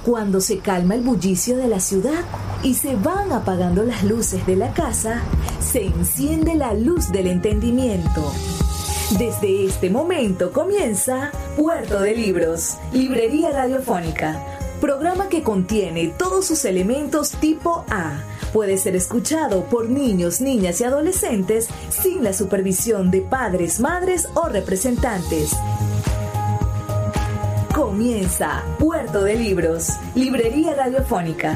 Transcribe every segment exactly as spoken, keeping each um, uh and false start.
Cuando se calma el bullicio de la ciudad y se van apagando las luces de la casa, se enciende la luz del entendimiento. Desde este momento comienza Puerto de Libros, Librería Radiofónica, programa que contiene todos sus elementos tipo A. Puede ser escuchado por niños, niñas y adolescentes sin la supervisión de padres, madres o representantes. Comienza Puerto de Libros, Librería Radiofónica.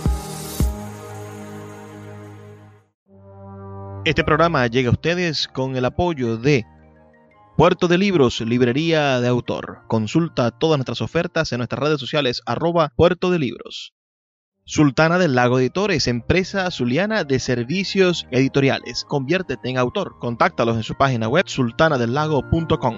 Este programa llega a ustedes con el apoyo de Puerto de Libros, Librería de Autor. Consulta todas nuestras ofertas en nuestras redes sociales, arroba Puerto de Libros. Sultana del Lago Editores, empresa zuliana de servicios editoriales. Conviértete en autor. Contáctalos en su página web sultana del lago punto com.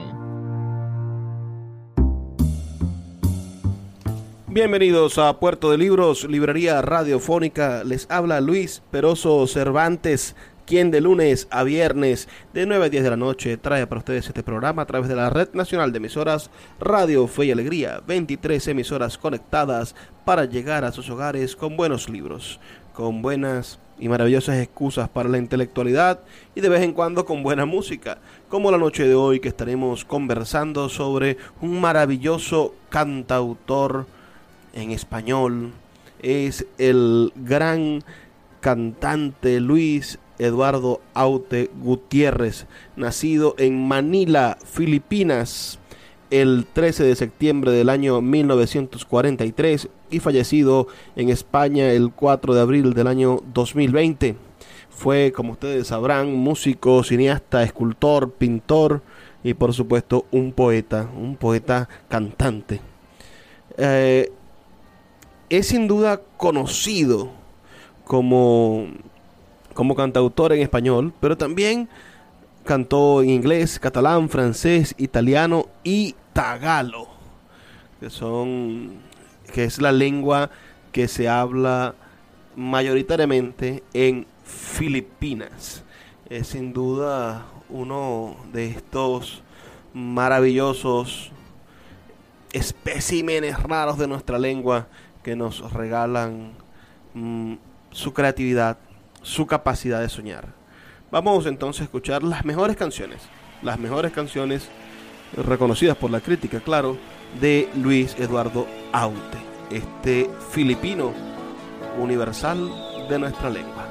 Bienvenidos a Puerto de Libros, Librería Radiofónica. Les habla Luis Peroso Cervantes, quien de lunes a viernes de nueve a diez de la noche trae para ustedes este programa a través de la Red Nacional de Emisoras Radio Fe y Alegría. veintitrés emisoras conectadas para llegar a sus hogares con buenos libros, con buenas y maravillosas excusas para la intelectualidad y de vez en cuando con buena música, como la noche de hoy que estaremos conversando sobre un maravilloso cantautor en español. Es el gran cantante Luis Eduardo Aute Gutiérrez, nacido en Manila, Filipinas, el trece de septiembre del año mil novecientos cuarenta y tres y fallecido en España el cuatro de abril del año dos mil veinte. Fue, como ustedes sabrán, músico, cineasta, escultor, pintor y por supuesto un poeta, un poeta cantante. Eh, es sin duda conocido como, como cantautor en español, pero también cantó en inglés, catalán, francés, italiano y tagalo, que son que es la lengua que se habla mayoritariamente en Filipinas. Es sin duda uno de estos maravillosos especímenes raros de nuestra lengua que nos regalan mmm, su creatividad, su capacidad de soñar. Vamos entonces a escuchar las mejores canciones, las mejores canciones reconocidas por la crítica, claro, de Luis Eduardo Aute, este filipino universal de nuestra lengua.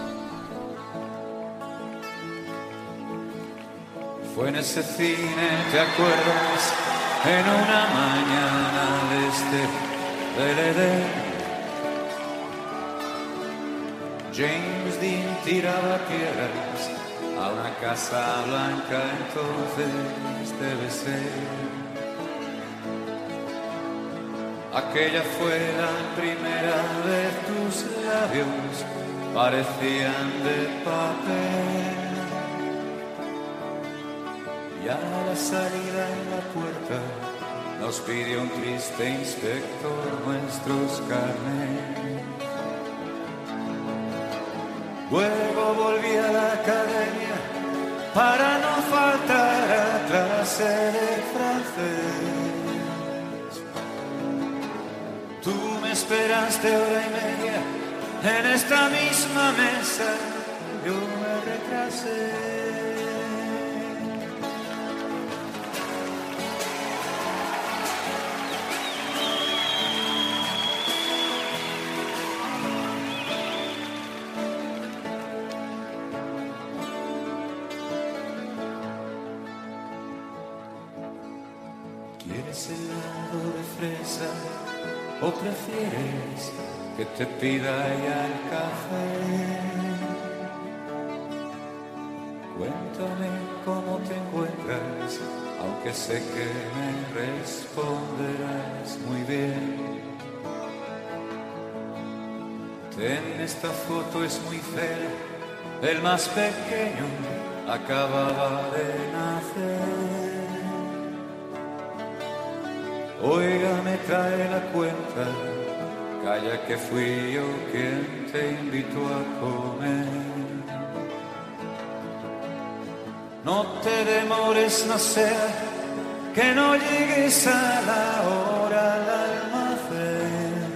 Fue en ese cine, ¿te acuerdas? En una mañana de este del Edén, James Dean tiraba piedras a una casa blanca, entonces debe ser. Aquella fue la primera vez, tus labios parecían de papel. Y a la salida en la puerta nos pidió un triste inspector nuestros carnets. Luego volví a la academia para no faltar a clase de francés. Tú me esperaste hora y media en esta misma mesa, yo me retrasé. ¿Quieres helado de fresa o prefieres que te pida ya el café? Cuéntame cómo te encuentras, aunque sé que me responderás muy bien. Ten, esta foto es muy fea, el más pequeño acababa de nacer. Oiga, me trae la cuenta, calla que fui yo quien te invitó a comer. No te demores, no sea que no llegues a la hora al almacén.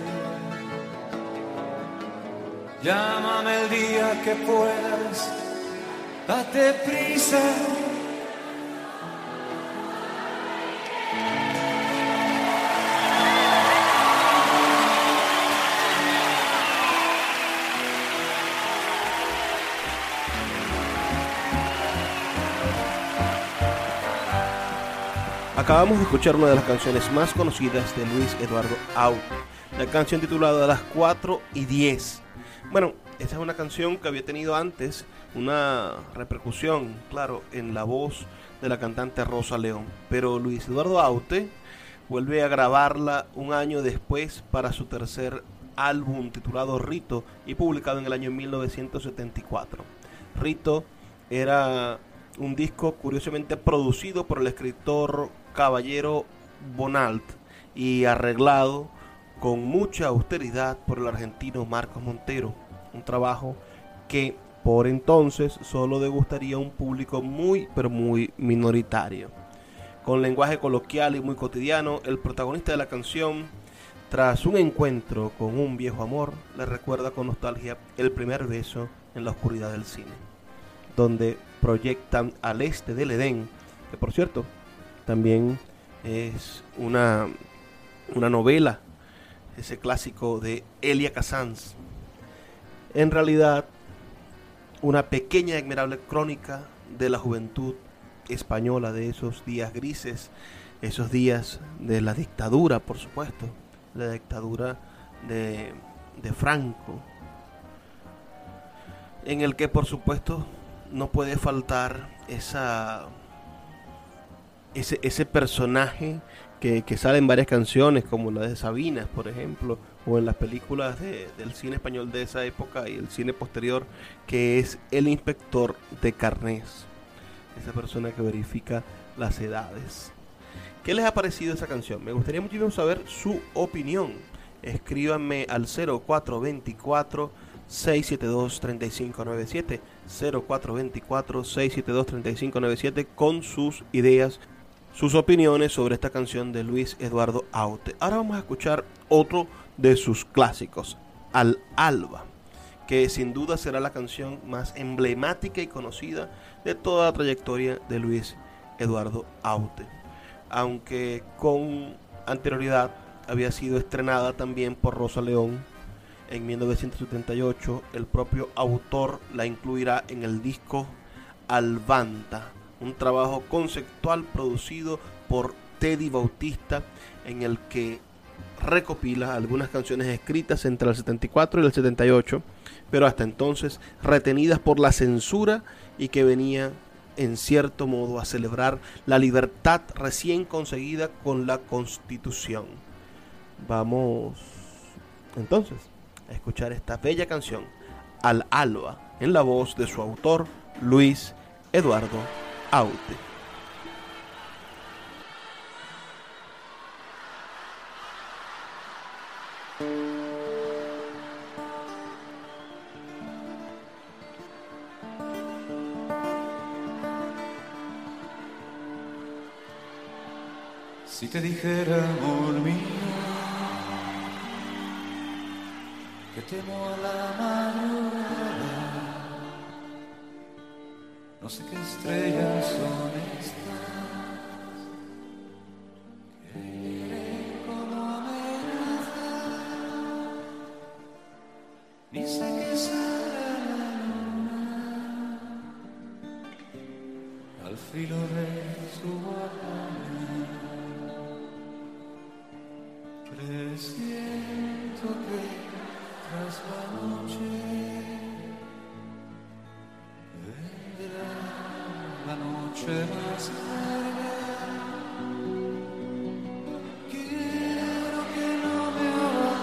Llámame el día que puedas, date prisa. Acabamos de escuchar una de las canciones más conocidas de Luis Eduardo Aute, la canción titulada Las cuatro y diez. Bueno, esta es una canción que había tenido antes una repercusión, claro, en la voz de la cantante Rosa León, pero Luis Eduardo Aute vuelve a grabarla un año después para su tercer álbum titulado Rito y publicado en el año mil novecientos setenta y cuatro. Rito era un disco curiosamente producido por el escritor Caballero Bonald y arreglado con mucha austeridad por el argentino Marcos Montero, un trabajo que por entonces solo degustaría a un público muy pero muy minoritario. Con lenguaje coloquial y muy cotidiano, el protagonista de la canción, tras un encuentro con un viejo amor, le recuerda con nostalgia el primer beso en la oscuridad del cine, donde proyectan Al este del Edén, que por cierto también es una, una novela, ese clásico de Elia Kazan. En realidad, una pequeña y admirable crónica de la juventud española de esos días grises, esos días de la dictadura, por supuesto, la dictadura de, de Franco, en el que por supuesto no puede faltar esa ese, ese personaje que, que sale en varias canciones, como la de Sabinas, por ejemplo, o en las películas de, del cine español de esa época y el cine posterior, que es el inspector de carnés, esa persona que verifica las edades. ¿Qué les ha parecido esa canción? Me gustaría muchísimo saber su opinión. Escríbanme al cero cuatro dos cuatro, seis siete dos, tres cinco nueve siete, cero cuatro dos cuatro, seis siete dos, tres cinco nueve siete con sus ideas, sus opiniones sobre esta canción de Luis Eduardo Aute. Ahora vamos a escuchar otro de sus clásicos, Al Alba, que sin duda será la canción más emblemática y conocida de toda la trayectoria de Luis Eduardo Aute, aunque con anterioridad había sido estrenada también por Rosa León en mil novecientos setenta y ocho. El propio autor la incluirá en el disco Albanta, un trabajo conceptual producido por Teddy Bautista, en el que recopila algunas canciones escritas entre el setenta y cuatro y el setenta y ocho, pero hasta entonces retenidas por la censura y que venía en cierto modo a celebrar la libertad recién conseguida con la Constitución. Vamos entonces a escuchar esta bella canción, Al Alba, en la voz de su autor, Luis Eduardo Aute. Si te dijera, amor mío, que temo a la madrugada, no sé qué estrellas son estas que vienen como amenazas, ni sé qué sale la luna al filo de su guardia. Presiento que tras la noche vendrá la noche más larga. Quiero que no me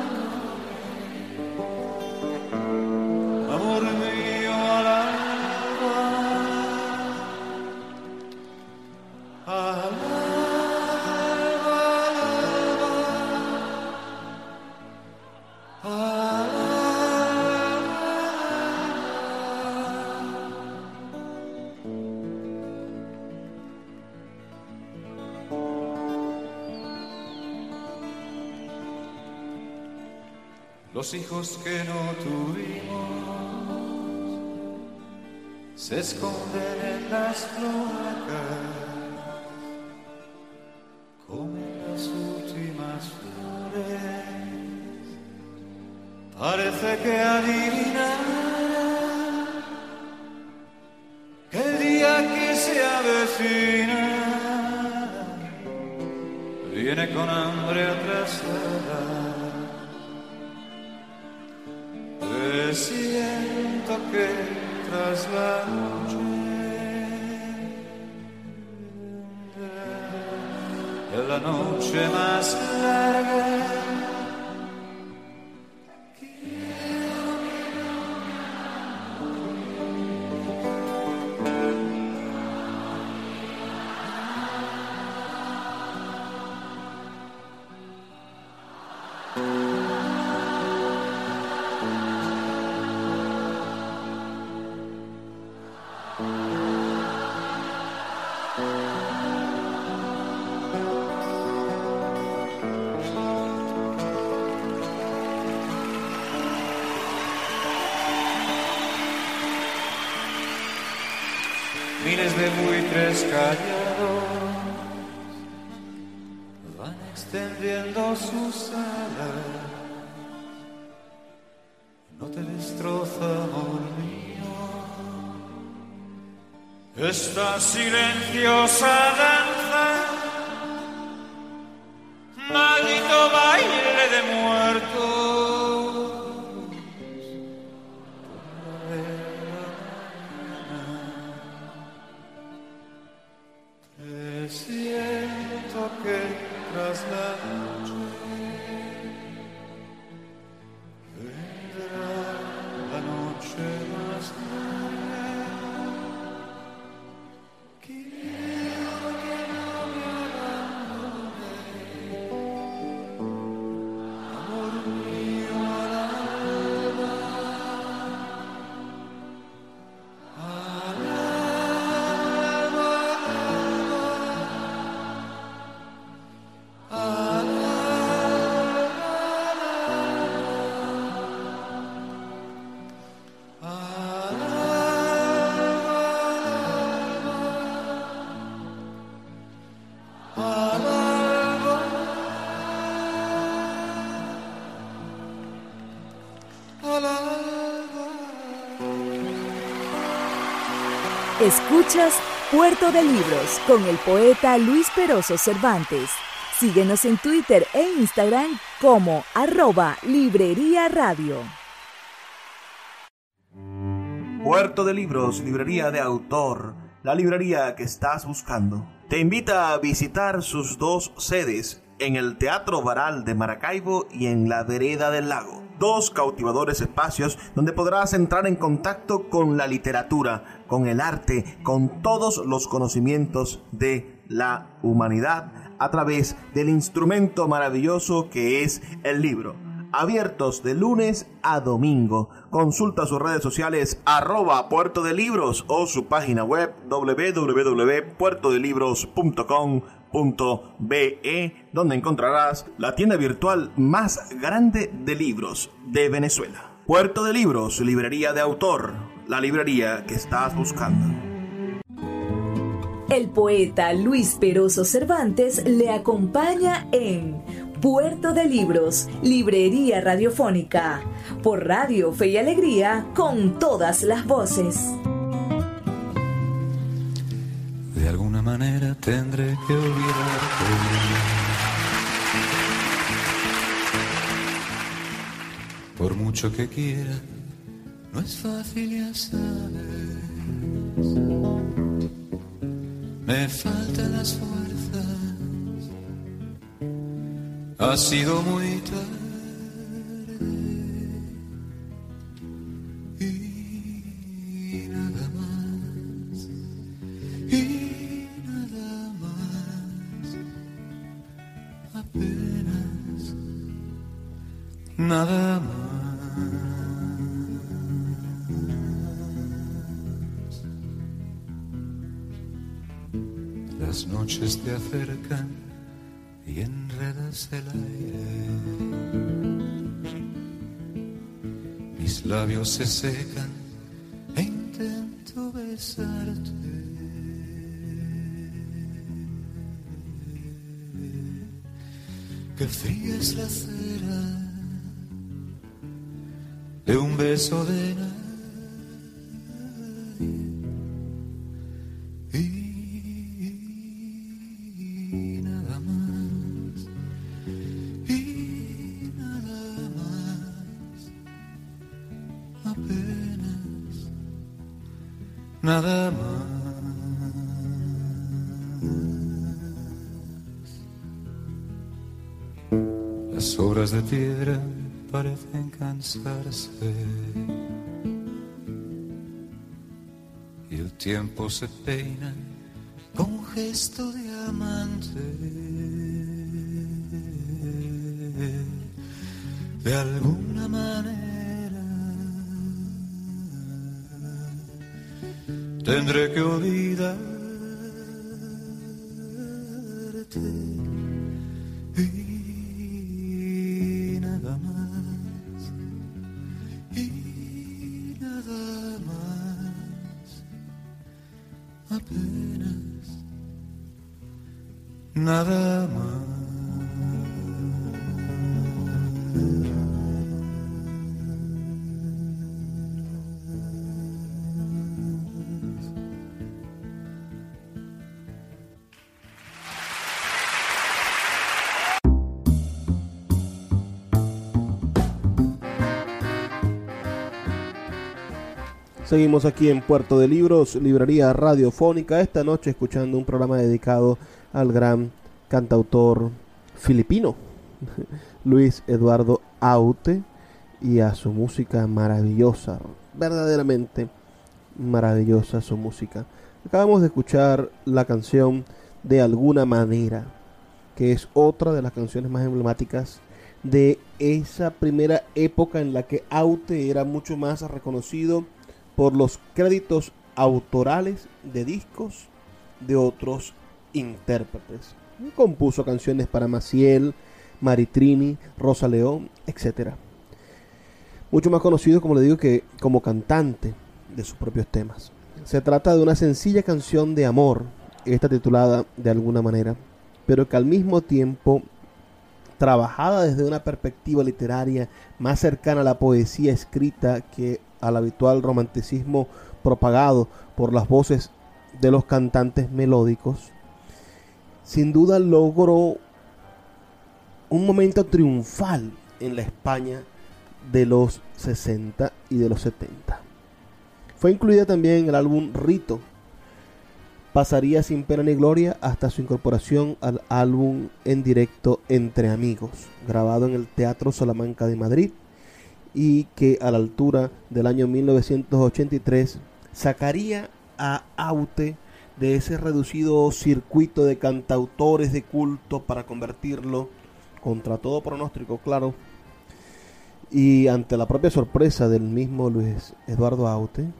abandone, amor mío, al alba, al alba. los hijos que no tuvimos se esconden en las cloacas, comen las últimas flores, parece que adivinan que el día que se avecina viene con hambre atrasada. Presiento que tras la noche es la noche más larga. Miles de buitres callados van extendiendo sus alas. No te destroza, amor mío, esta silenciosa danza, maldito baile de muertos. Siento que tras la noche vendrá la noche más larga. Quiero que no me abandone, amor mío, al alba, al alba. Escuchas Puerto de Libros con el poeta Luis Peroso Cervantes. Síguenos en Twitter e Instagram como arroba Librería Radio. Puerto de Libros, librería de autor, la librería que estás buscando. Te invita a visitar sus dos sedes, en el Teatro Baral de Maracaibo y en la Vereda del Lago. Dos cautivadores espacios donde podrás entrar en contacto con la literatura, con el arte, con todos los conocimientos de la humanidad a través del instrumento maravilloso que es el libro. Abiertos de lunes a domingo. Consulta sus redes sociales arroba Puerto de Libros o su página web doble u doble u doble u punto puerto de libros punto com punto be, donde encontrarás la tienda virtual más grande de libros de Venezuela. Puerto de Libros, librería de autor, la librería que estás buscando. El poeta Luis Peroso Cervantes le acompaña en Puerto de Libros, librería radiofónica, por Radio Fe y Alegría, con todas las voces. De alguna manera tendré que olvidarte. Por mucho que quiera, no es fácil, ya sabes. Me faltan las fuerzas. Ha sido muy tarde. Y nada más. Y nada más. Apenas. Nada más. Las noches te acercan y enredas el aire. mis labios se secan e intento besarte. Qué fría es la cera de un beso de nadie. Y nada más, y nada más, apenas nada más. Las obras de piedra parecen cansarse y el tiempo se peina con un gesto de amante. De alguna manera tendré que olvidarte. Nada más. Seguimos aquí en Puerto de Libros, librería radiofónica, esta noche escuchando un programa dedicado al gran cantautor filipino Luis Eduardo Aute y a su música maravillosa, verdaderamente maravillosa su música. Acabamos de escuchar la canción De Alguna Manera, que es otra de las canciones más emblemáticas de esa primera época en la que Aute era mucho más reconocido por los créditos autorales de discos de otros intérpretes. Compuso canciones para Maciel, Maritrini, Rosa León, etcétera. Mucho más conocido, como le digo, que como cantante de sus propios temas. Se trata de una sencilla canción de amor, esta titulada De Alguna Manera, pero que al mismo tiempo, trabajada desde una perspectiva literaria más cercana a la poesía escrita que al habitual romanticismo propagado por las voces de los cantantes melódicos, sin duda logró un momento triunfal en la España de los sesenta y de los setenta. Fue incluida también en el álbum Rito. Pasaría sin pena ni gloria hasta su incorporación al álbum en directo Entre Amigos, grabado en el Teatro Salamanca de Madrid, y que a la altura del año mil novecientos ochenta y tres sacaría a Aute de ese reducido circuito de cantautores de culto para convertirlo, contra todo pronóstico, claro, y ante la propia sorpresa del mismo Luis Eduardo Aute,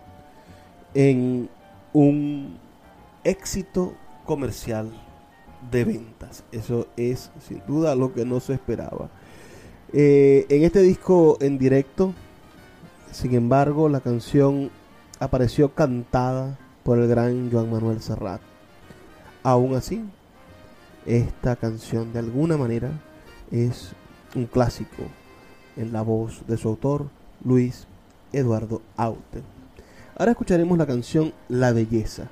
en un éxito comercial de ventas. Eso es sin duda lo que no se esperaba. Eh, en este disco en directo, sin embargo, la canción apareció cantada por el gran Joan Manuel Serrat. Aún así, esta canción de alguna manera es un clásico en la voz de su autor, Luis Eduardo Aute. Ahora escucharemos la canción La Belleza,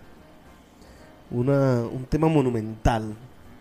una, un tema monumental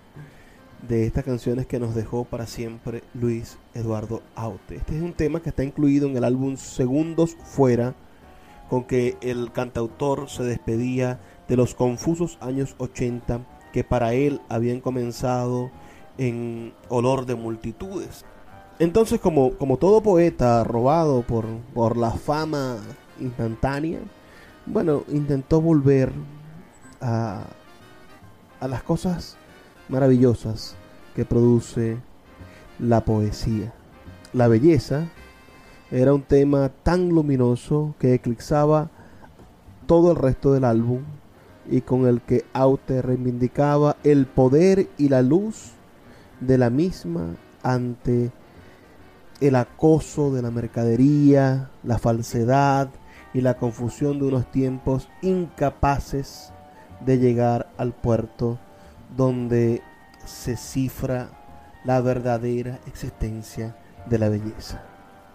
de estas canciones que nos dejó para siempre Luis Eduardo Aute. Este es un tema que está incluido en el álbum Segundos Fuera, con que el cantautor se despedía de los confusos años ochenta que para él habían comenzado en olor de multitudes. Entonces, como, como todo poeta robado por, por la fama instantánea, bueno, intentó volver a, a las cosas maravillosas que produce la poesía. La belleza era un tema tan luminoso que eclipsaba todo el resto del álbum y con el que Aute reivindicaba el poder y la luz de la misma ante el acoso de la mercadería, la falsedad y la confusión de unos tiempos incapaces de llegar al puerto donde se cifra la verdadera existencia de la belleza.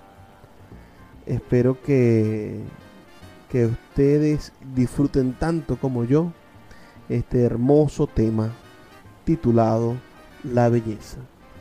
Espero que, que ustedes disfruten tanto como yo este hermoso tema titulado La belleza.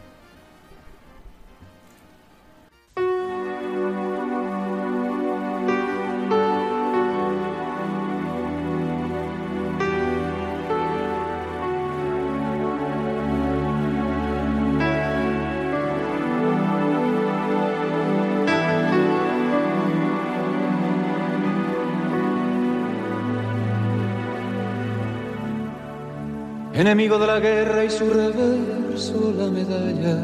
Enemigo de la guerra y su reverso la medalla.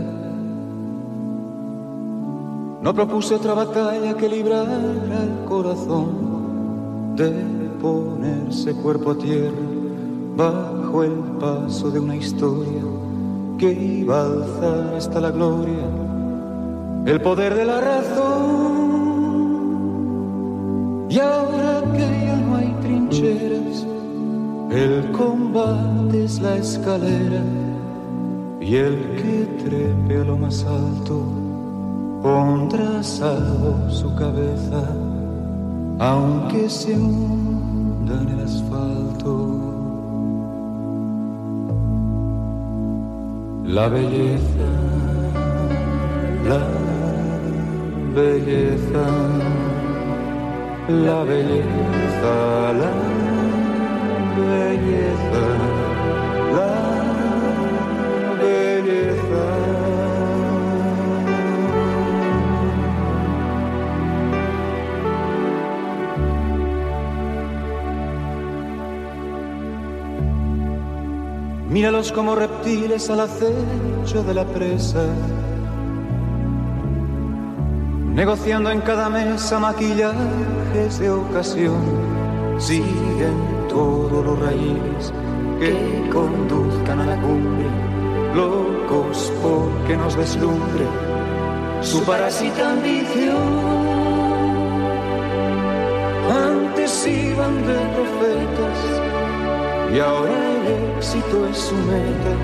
No propuse otra batalla que librar al corazón de ponerse cuerpo a tierra bajo el paso de una historia que iba a alzar hasta la gloria el poder de la razón. Y ahora que ya no hay trincheras, el combate es la escalera, y el que trepe a lo más alto pondrá a salvo su cabeza, aunque se hunda en el asfalto. La belleza, la belleza, la belleza, la belleza, la belleza. Míralos como reptiles al acecho de la presa, negociando en cada mesa maquillajes de ocasión. Siguen todos los raíles que conduzcan a la cumbre, locos porque nos deslumbre su parásita ambición. Antes iban de profetas y ahora el éxito es su meta.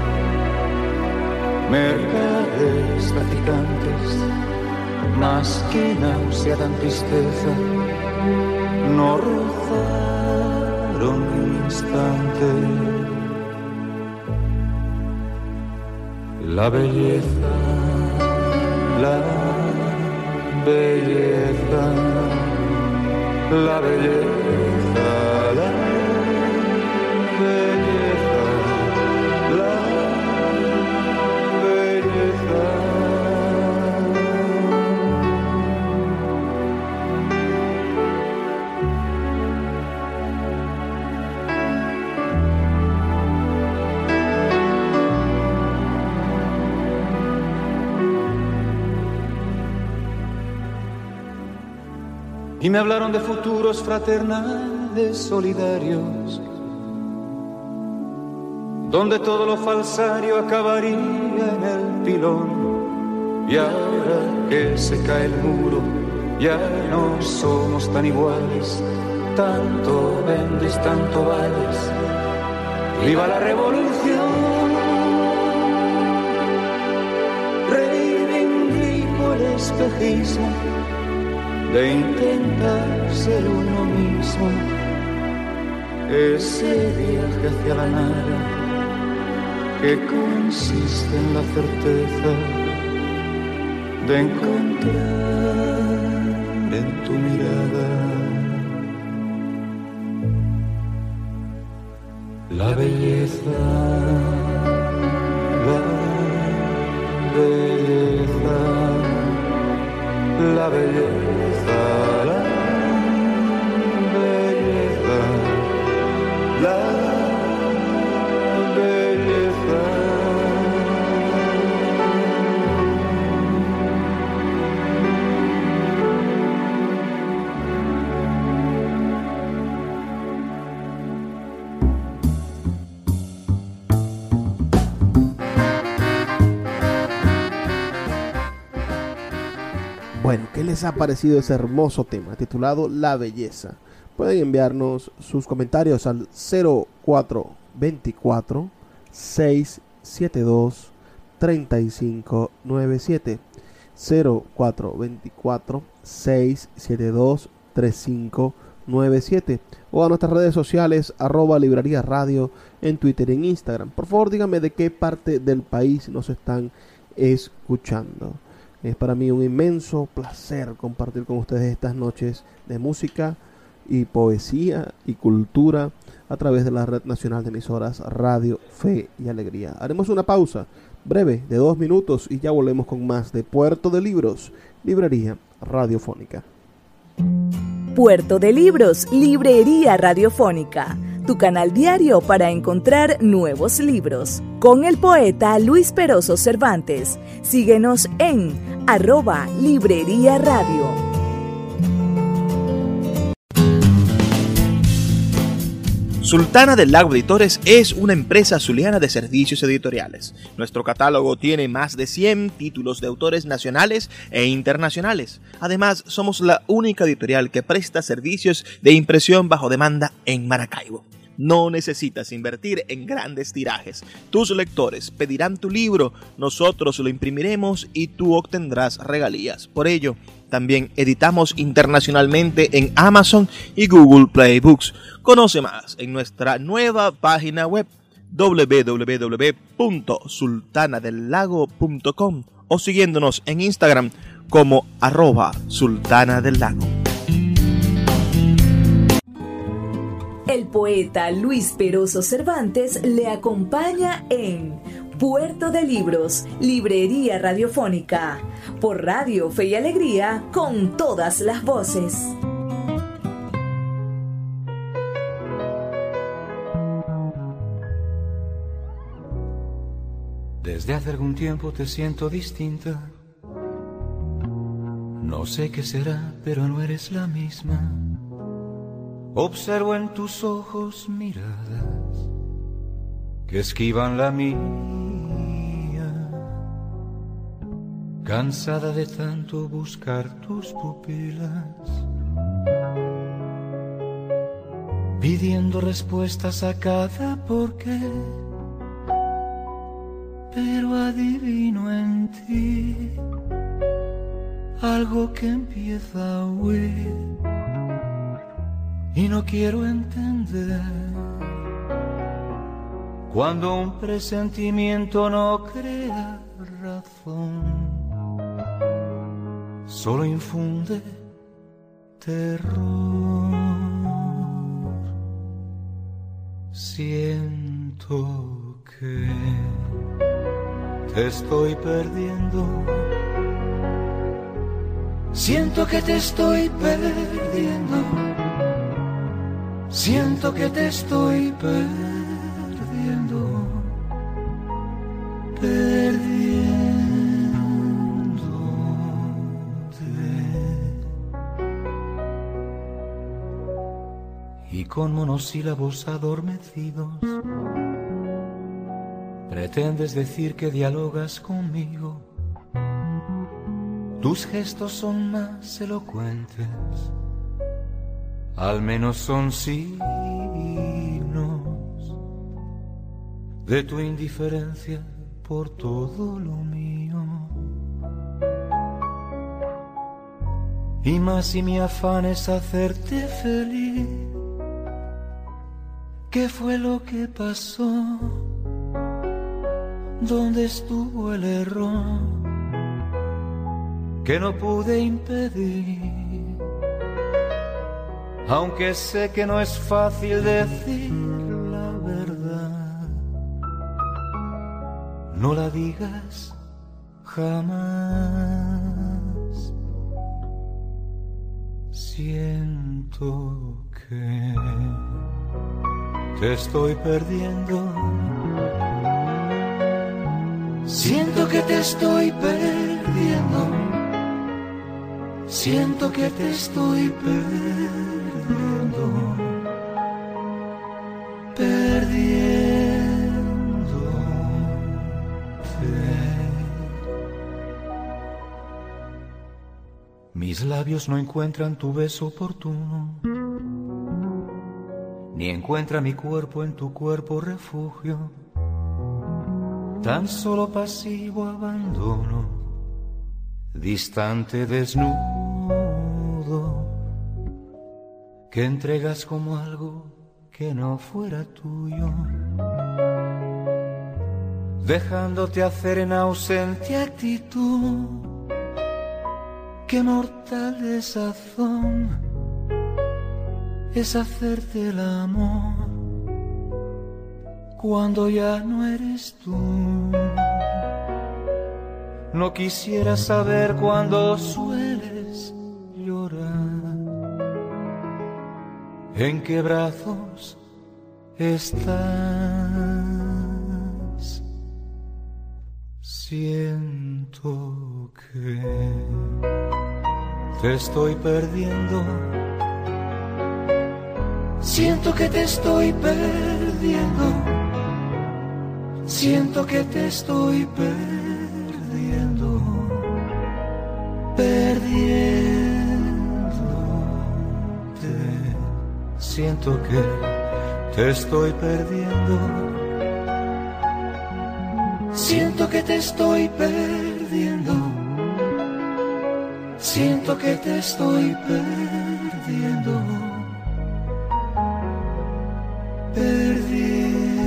Mercaderes traficantes, más que náusea dan tristeza, no rozaron ni un instante. La belleza, la belleza, la belleza, la belleza, la belleza. Y me hablaron de futuros fraternales solidarios, donde todo lo falsario acabaría en el pilón. Y ahora que se cae el muro, ya no somos tan iguales, tanto vendes, tanto vales. ¡Viva la revolución! Reivindico el espejismo de intentar ser uno mismo, ese viaje hacia la nada que consiste en la certeza de encontrar en tu mirada la belleza, la belleza, la belleza, la belleza, la belleza. Bueno, ¿qué les ha parecido ese hermoso tema titulado La Belleza? Pueden enviarnos sus comentarios al cero cuatro veinticuatro, seiscientos setenta y dos, treinta y cinco noventa y siete cero cuatro veinticuatro, seiscientos setenta y dos, treinta y cinco noventa y siete o a nuestras redes sociales arroba librería radio en Twitter y en Instagram. Por favor, díganme de qué parte del país nos están escuchando. Es para mí un inmenso placer compartir con ustedes estas noches de música y poesía y cultura a través de la Red Nacional de Emisoras Radio Fe y Alegría. Haremos una pausa breve de dos minutos y ya volvemos con más de Puerto de Libros, Librería Radiofónica. Puerto de Libros, Librería Radiofónica, tu canal diario para encontrar nuevos libros. Con el poeta Luis Peroso Cervantes. Síguenos en arroba Librería Radio. Sultana del Lago Editores es una empresa zuliana de servicios editoriales. Nuestro catálogo tiene más de cien títulos de autores nacionales e internacionales. Además, somos la única editorial que presta servicios de impresión bajo demanda en Maracaibo. No necesitas invertir en grandes tirajes. Tus lectores pedirán tu libro, nosotros lo imprimiremos y tú obtendrás regalías. Por ello, también editamos internacionalmente en Amazon y Google Play Books. Conoce más en nuestra nueva página web doble u doble u doble u punto sultana del lago punto com o siguiéndonos en Instagram como arroba sultana del lago. El poeta Luis Peroso Cervantes le acompaña en Puerto de Libros, Librería Radiofónica, por Radio Fe y Alegría, con todas las voces. Desde hace algún tiempo te siento distinta. No sé qué será, pero no eres la misma. Observo en tus ojos miradas que esquivan la mía, cansada de tanto buscar tus pupilas, pidiendo respuestas a cada porqué. Pero adivino en ti algo que empieza a huir y no quiero entender cuando un presentimiento no crea razón, solo infunde terror. Siento que te estoy perdiendo, siento que te estoy perdiendo, siento que te estoy perdiendo, perdiéndote. Y con monosílabos adormecidos pretendes decir que dialogas conmigo. Tus gestos son más elocuentes, al menos son signos de tu indiferencia por todo lo mío. Y más si mi afán es hacerte feliz, ¿qué fue lo que pasó? ¿Dónde estuvo el error que no pude impedir? Aunque sé que no es fácil decir la verdad, no la digas jamás. Siento que te estoy perdiendo, siento que te estoy perdiendo, siento que te estoy perdiendo, perdiéndote. Mis labios no encuentran tu beso oportuno, ni encuentra mi cuerpo en tu cuerpo refugio. Tan solo pasivo abandono, distante desnudo, que entregas como algo que no fuera tuyo, dejándote hacer en ausente actitud. Qué mortal desazón es hacerte el amor cuando ya no eres tú. No quisiera saber cuándo sueles llorar, en qué brazos estás. Siento que te estoy perdiendo. Siento que te estoy perdiendo. Siento que te estoy perdiendo. Perdiéndote. Siento que te estoy perdiendo. Siento que te estoy perdiendo. Siento que te estoy perdiendo. Perdiendo.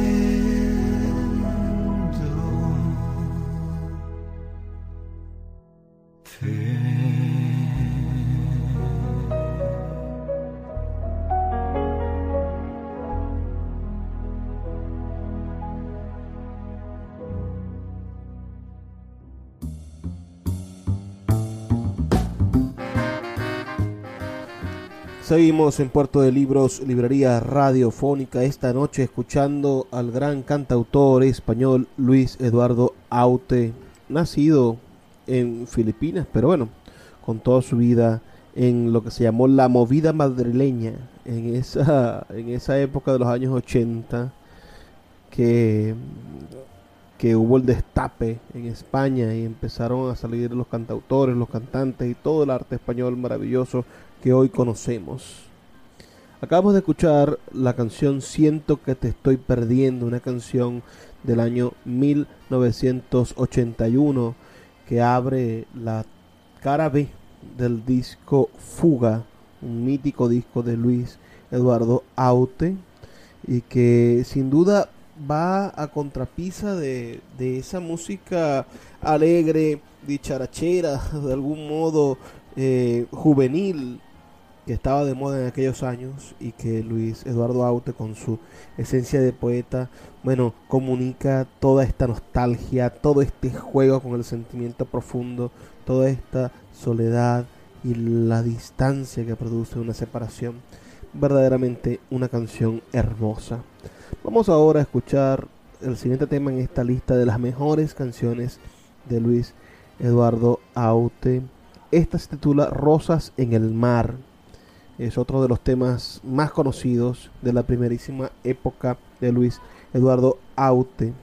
Seguimos en Puerto de Libros, librería radiofónica, esta noche escuchando al gran cantautor español Luis Eduardo Aute, nacido en Filipinas, pero bueno, con toda su vida en lo que se llamó la movida madrileña, en esa, en esa época de los años ochenta, que, que hubo el destape en España y empezaron a salir los cantautores, los cantantes y todo el arte español maravilloso que hoy conocemos. Acabamos de escuchar la canción Siento que te estoy perdiendo, una canción del año mil novecientos ochenta y uno que abre la cara B del disco Fuga, un mítico disco de Luis Eduardo Aute, y que sin duda va a contrapisa de, de esa música alegre, dicharachera, de algún modo eh, juvenil, que estaba de moda en aquellos años, y que Luis Eduardo Aute, con su esencia de poeta, bueno, comunica toda esta nostalgia, todo este juego con el sentimiento profundo, toda esta soledad y la distancia que produce una separación. Verdaderamente una canción hermosa. Vamos ahora a escuchar el siguiente tema en esta lista de las mejores canciones de Luis Eduardo Aute. Esta se titula Rosas en el Mar. Es otro de los temas más conocidos de la primerísima época de Luis Eduardo Aute,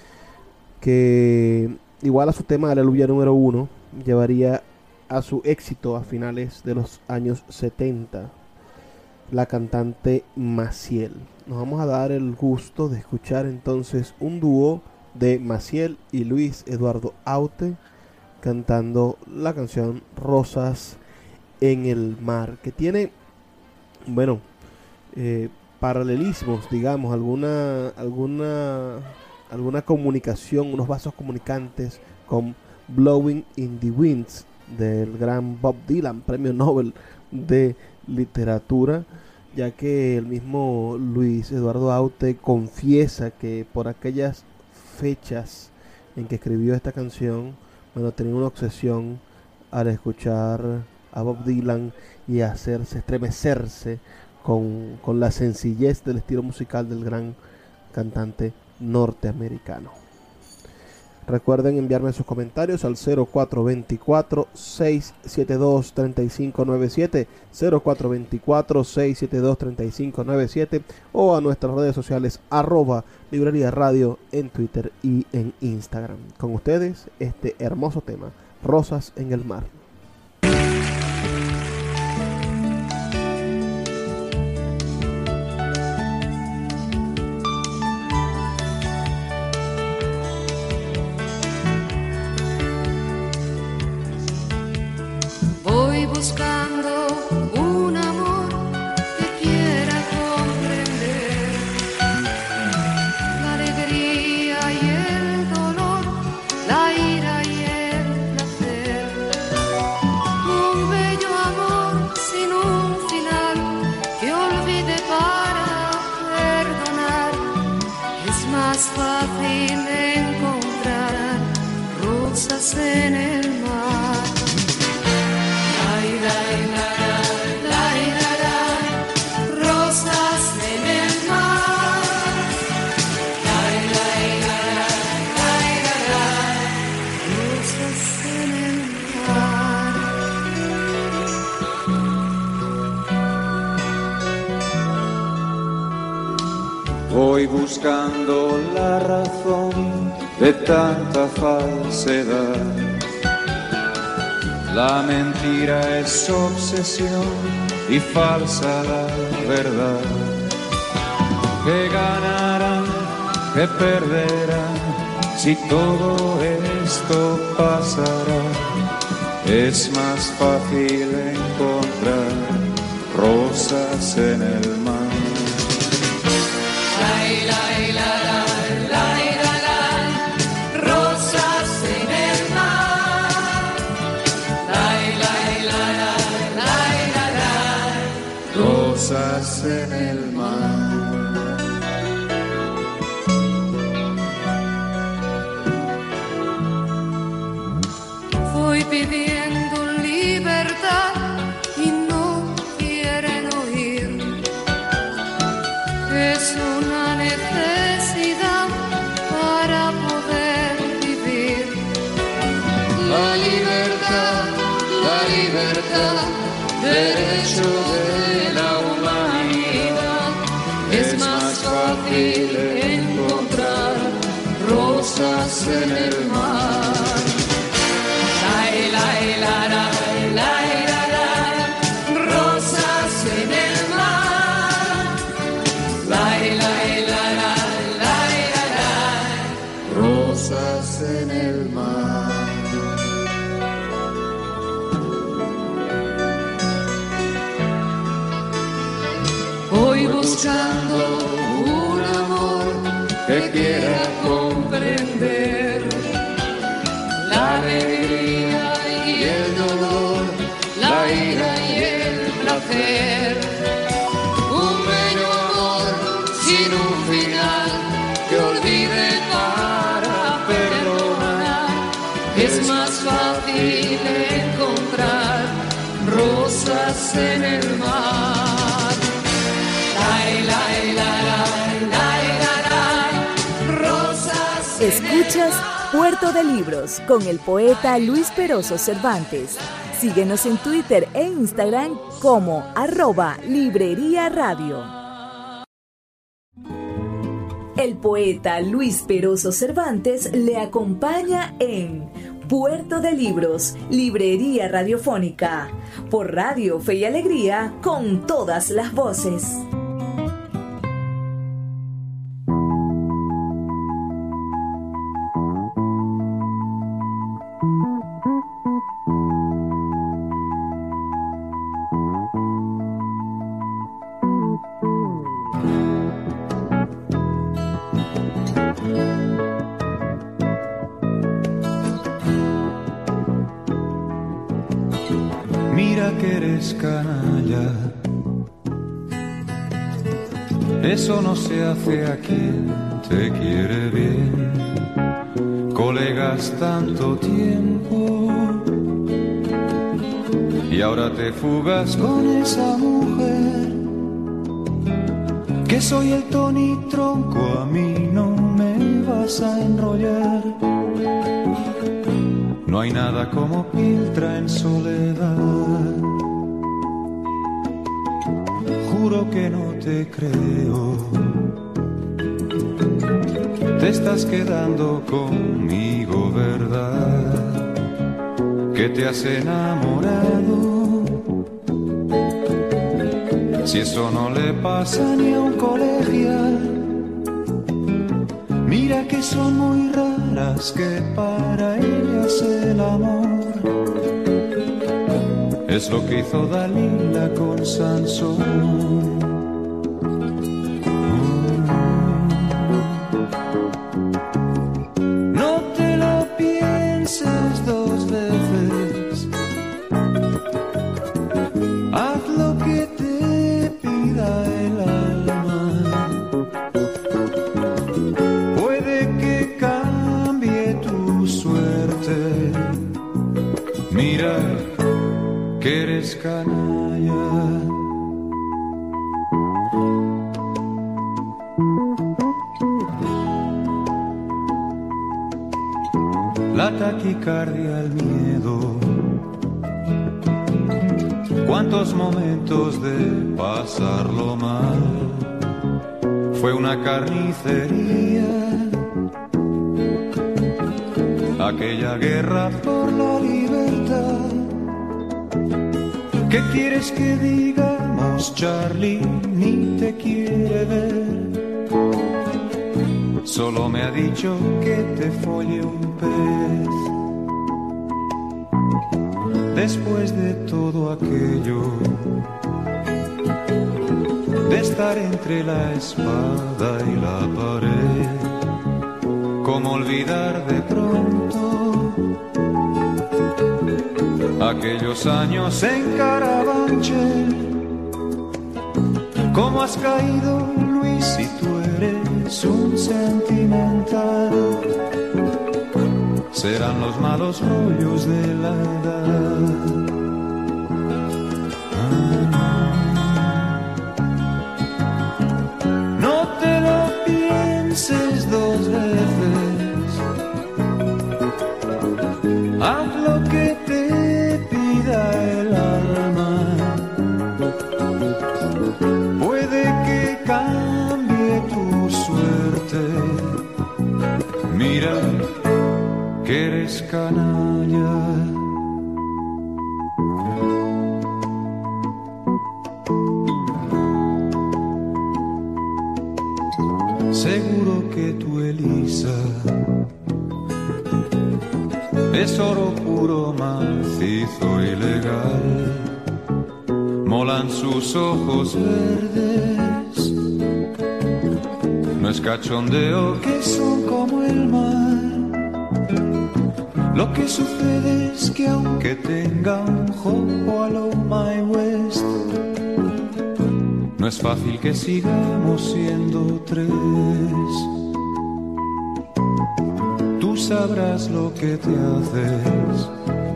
que igual a su tema Aleluya número uno llevaría a su éxito a finales de los años setenta, la cantante Maciel. Nos vamos a dar el gusto de escuchar entonces un dúo de Maciel y Luis Eduardo Aute cantando la canción Rosas en el Mar, que tiene, bueno, eh, paralelismos, digamos, alguna, alguna, alguna comunicación, unos vasos comunicantes con Blowing in the Winds del gran Bob Dylan, premio Nobel de literatura, ya que el mismo Luis Eduardo Aute confiesa que por aquellas fechas en que escribió esta canción, bueno, tenía una obsesión al escuchar a Bob Dylan y hacerse estremecerse con, con la sencillez del estilo musical del gran cantante norteamericano. Recuerden enviarme sus comentarios al cero cuatro dos cuatro, seis siete dos, tres cinco nueve siete, cero cuatro dos cuatro, seis siete dos, tres cinco nueve siete, o a nuestras redes sociales arroba Librería Radio en Twitter y en Instagram. Con ustedes este hermoso tema, Rosas en el Mar. buscando un amor que quiera comprender la alegría y el dolor, la ira y el placer. Un bello amor sin un final que olvide para perdonar. Es más fácil encontrar rosas en el mar. Ay, ay, la, la, la, la, rosas en el mar. Ay, ay, la, la, la, la, rosas en el mar. Voy buscando la razón de tanta falsedad. La mentira es obsesión y falsa la verdad. ¿Qué ganarán? ¿Qué perderán? Si todo esto pasará, es más fácil encontrar rosas en el mar. Rosas en el mar. Voy pidiendo libertad y no quieren oír. Es una necesidad para poder vivir. La libertad, la libertad, derecho de la humanidad. Es más fácil encontrar rosas en el mar. La, la, la, la, la, la, la, rosas en el mar. La, la, la, la, la, la, la, rosas en el mar. Voy buscando un amor que quiera comprender la alegría y el dolor, la ira y el placer. Un bello amor sin un final que olvide para perdonar. Es más fácil encontrar rosas en el mar. Escuchas Puerto de Libros con el poeta Luis Peroso Cervantes. Síguenos en Twitter e Instagram como arroba Librería Radio. El poeta Luis Peroso Cervantes le acompaña en Puerto de Libros, Librería Radiofónica, por Radio Fe y Alegría, con todas las voces. Que eres canalla, eso no se hace a quien te quiere bien. Colegas tanto tiempo y ahora te fugas con esa mujer. Que soy el Tony Tronco, a mí no me vas a enrollar. No hay nada como Piltra en soledad. Juro que no te creo. Te estás quedando conmigo, ¿verdad? Que te has enamorado. Si eso no le pasa ni a un colegial. Mira que son muy raras que para ellas el amor Es lo que hizo Dalila con Sansón. No te lo pienses dos veces. Haz lo que te pida el alma. Puede que cambie tu suerte. Mira que eres canalla. La taquicardia, el miedo. Cuántos momentos de pasarlo mal. Fue una carnicería. Aquella guerra por la libertad. ¿Qué quieres que digamos? Charlie ni te quiere ver. Solo me ha dicho que te folle un pez. Después de todo aquello, de estar entre la espada y la pared, ¿cómo olvidar de pronto aquellos años en Carabanchel? ¿Cómo has caído, Luis, si tú eres un sentimental? Serán los malos rollos de la edad. Ah. No te lo pienses dos veces. Haz lo que te pida el alma. Puede que cambie tu suerte. Mira que eres canalla. Seguro que tu Elisa es oro puro, macizo y legal. Molan sus ojos verdes. No es cachondeo que son como el mar. Lo que sucede es que aunque tenga un jopo a lo My West, no es fácil que sigamos siendo tres. Tú sabrás lo que te haces.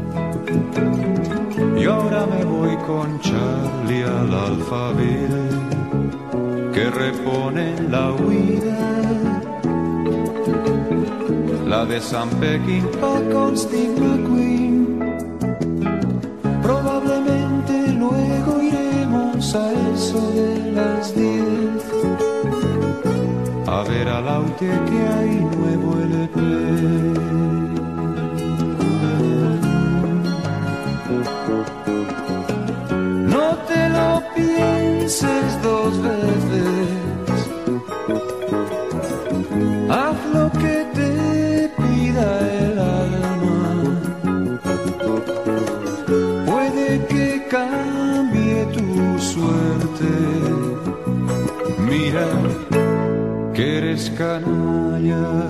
Y ahora me voy con Charlie al Alphaville, que repone la huida. La de Sam Peckinpah con Steve McQueen. Probablemente luego iremos a eso de las diez a ver al Aute que hay nuevo L P. No te lo pienses dos veces. Haz lo que te pida el alma. Puede que cambie tu suerte. Mira que eres canalla.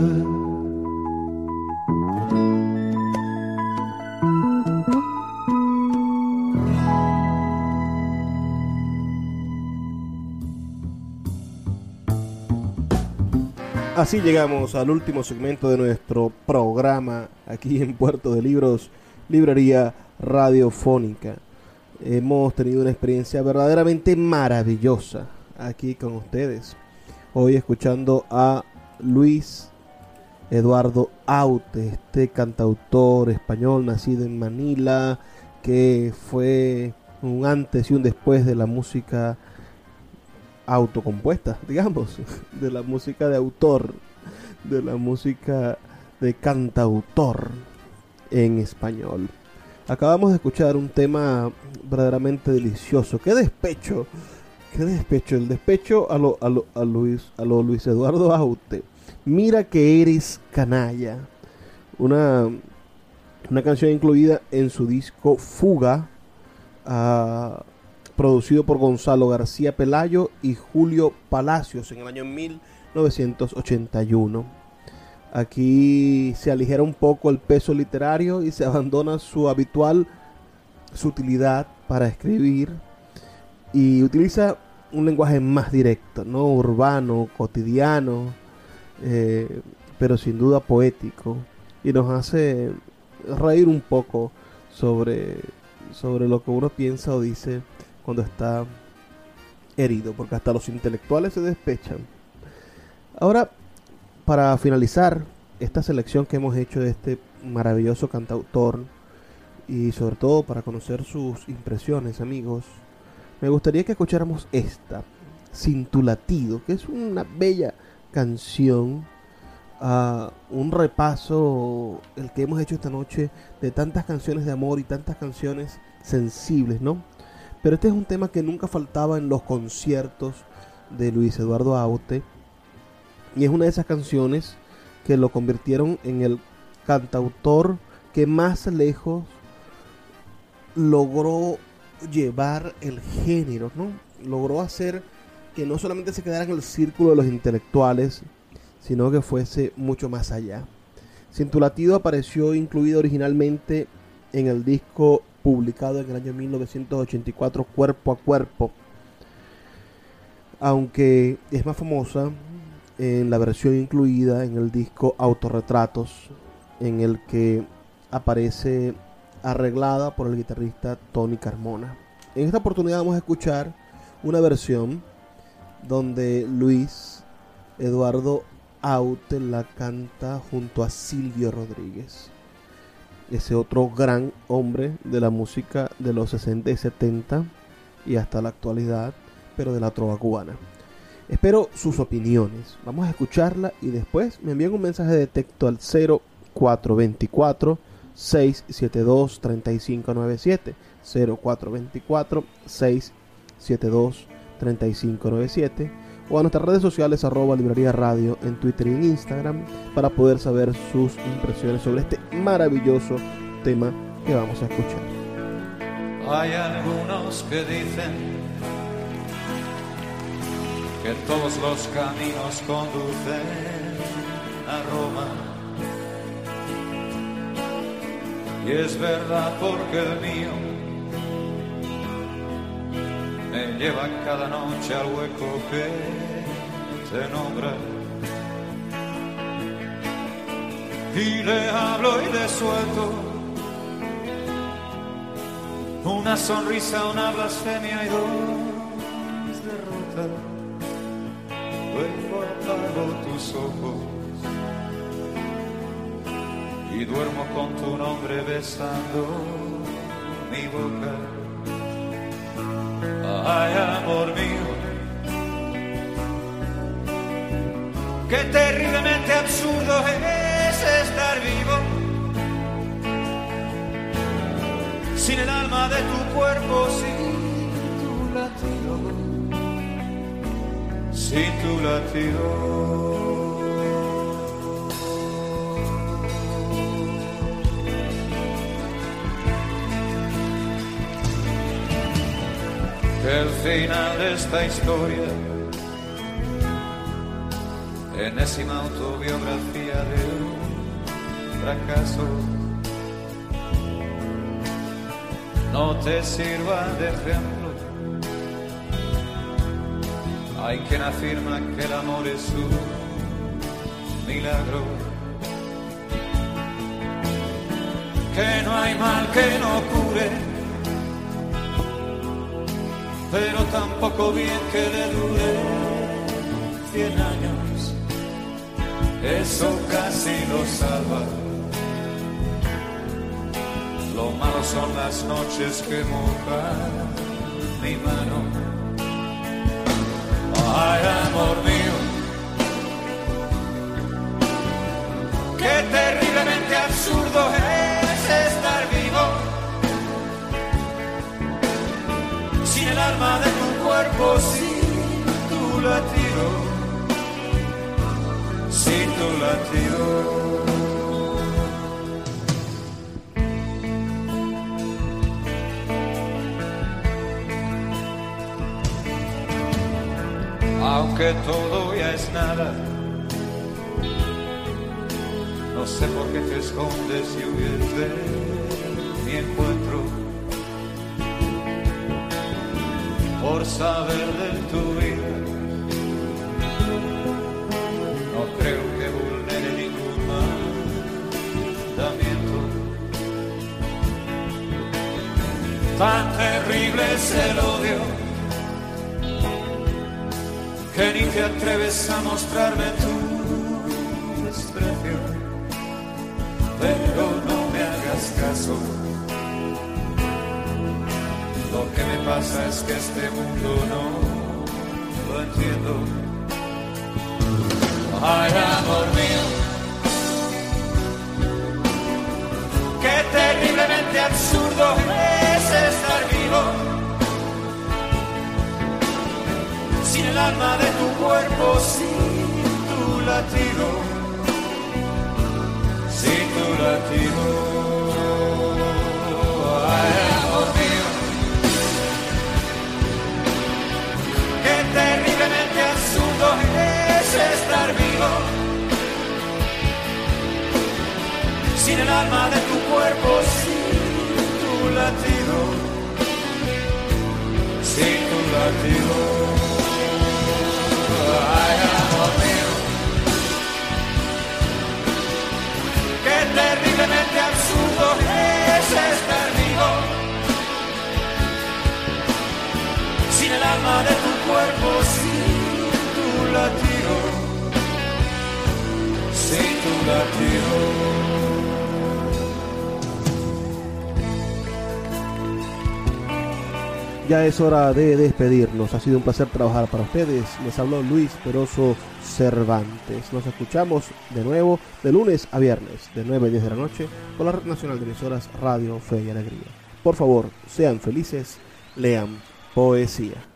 Así llegamos al último segmento de nuestro programa aquí en Puerto de Libros, Librería Radiofónica. Hemos tenido una experiencia verdaderamente maravillosa aquí con ustedes. Hoy escuchando a Luis Eduardo Aute, este cantautor español nacido en Manila, que fue un antes y un después de la música autocompuesta, digamos, de la música de autor, de la música de cantautor en español. Acabamos de escuchar un tema verdaderamente delicioso. ¡Qué despecho! ¡Qué despecho! El despecho a lo, a lo, a Luis, a lo Luis Eduardo Aute. Mira que eres canalla. Una, una canción incluida en su disco Fuga, uh, producido por Gonzalo García Pelayo y Julio Palacios en el año mil novecientos ochenta y uno. Aquí se aligera un poco el peso literario y se abandona su habitual sutilidad para escribir y utiliza un lenguaje más directo, no urbano, cotidiano, eh, pero sin duda poético, y nos hace reír un poco sobre, sobre lo que uno piensa o dice cuando está herido, porque hasta los intelectuales se despechan. Ahora, para finalizar esta selección que hemos hecho de este maravilloso cantautor, y sobre todo para conocer sus impresiones, amigos, me gustaría que escucháramos esta, Sin tu latido, que es una bella canción, uh, un repaso, el que hemos hecho esta noche, de tantas canciones de amor y tantas canciones sensibles, ¿no? Pero este es un tema que nunca faltaba en los conciertos de Luis Eduardo Aute, y es una de esas canciones que lo convirtieron en el cantautor que más lejos logró llevar el género, ¿no? Logró hacer que no solamente se quedara en el círculo de los intelectuales, sino que fuese mucho más allá. Sin tu latido apareció incluido originalmente en el disco publicado en el año mil novecientos ochenta y cuatro, Cuerpo a Cuerpo, aunque es más famosa en la versión incluida en el disco Autorretratos, en el que aparece arreglada por el guitarrista Tony Carmona. En esta oportunidad vamos a escuchar una versión donde Luis Eduardo Aute la canta junto a Silvio Rodríguez, ese otro gran hombre de la música de los sesenta y setenta y hasta la actualidad, pero de la trova cubana. Espero sus opiniones. Vamos a escucharla y después me envían un mensaje de texto al cero cuatro dos cuatro, seis siete dos, tres cinco nueve siete, cero cuatro dos cuatro, seis siete dos, tres cinco nueve siete, o a nuestras redes sociales arroba Librería Radio en Twitter y en Instagram, para poder saber sus impresiones sobre este maravilloso tema que vamos a escuchar. Hay algunos que dicen que todos los caminos conducen a Roma. Y es verdad, porque el mío me lleva cada noche al hueco que te nombra. Y le hablo y le suelto una sonrisa, una blasfemia y dos derrotas. Luego apago tus ojos y duermo con tu nombre besando mi boca. Ay, amor mío, qué terriblemente absurdo es estar vivo sin el alma de tu cuerpo, sin tu latido, sin tu latido. El final de esta historia, enésima autobiografía de un fracaso, no te sirva de ejemplo. Hay quien afirma que el amor es un milagro, que no hay mal que no cure, pero tampoco bien que le dure cien años. Eso casi lo salva. Lo malo son las noches que mojan mi mano. Ay, amor mío, qué terriblemente absurdo es estar vivo sin el alma de tu cuerpo, sin tu latido, sin tu latido. aunque todo ya es nada. No sé por qué te escondes y huyes de mi encuentro, por saber de tu vida. No creo que vulnere ningún mandamiento. Tan terrible es el odio que ni te atreves a mostrarme tu desprecio. Pero no me hagas caso. Lo que me pasa es que este mundo no lo entiendo. Ay, amor mío, qué terriblemente absurdo es estar vivo sin el alma de tu cuerpo, sin tu latido, sin tu latido. Ay, amor mío, qué terriblemente absurdo es estar vivo sin el alma de tu cuerpo, sin tu latido, sin tu latido. Ay, amor mío, qué terriblemente absurdo es estar vivo sin el alma de tu cuerpo, sin tu latido, sin tu latido. Ya es hora de despedirnos. Ha sido un placer trabajar para ustedes. Les habló Luis Peroso Cervantes. Nos escuchamos de nuevo de lunes a viernes, de nueve a diez de la noche, por la Red Nacional de Emisoras Radio Fe y Alegría. Por favor, sean felices, lean poesía.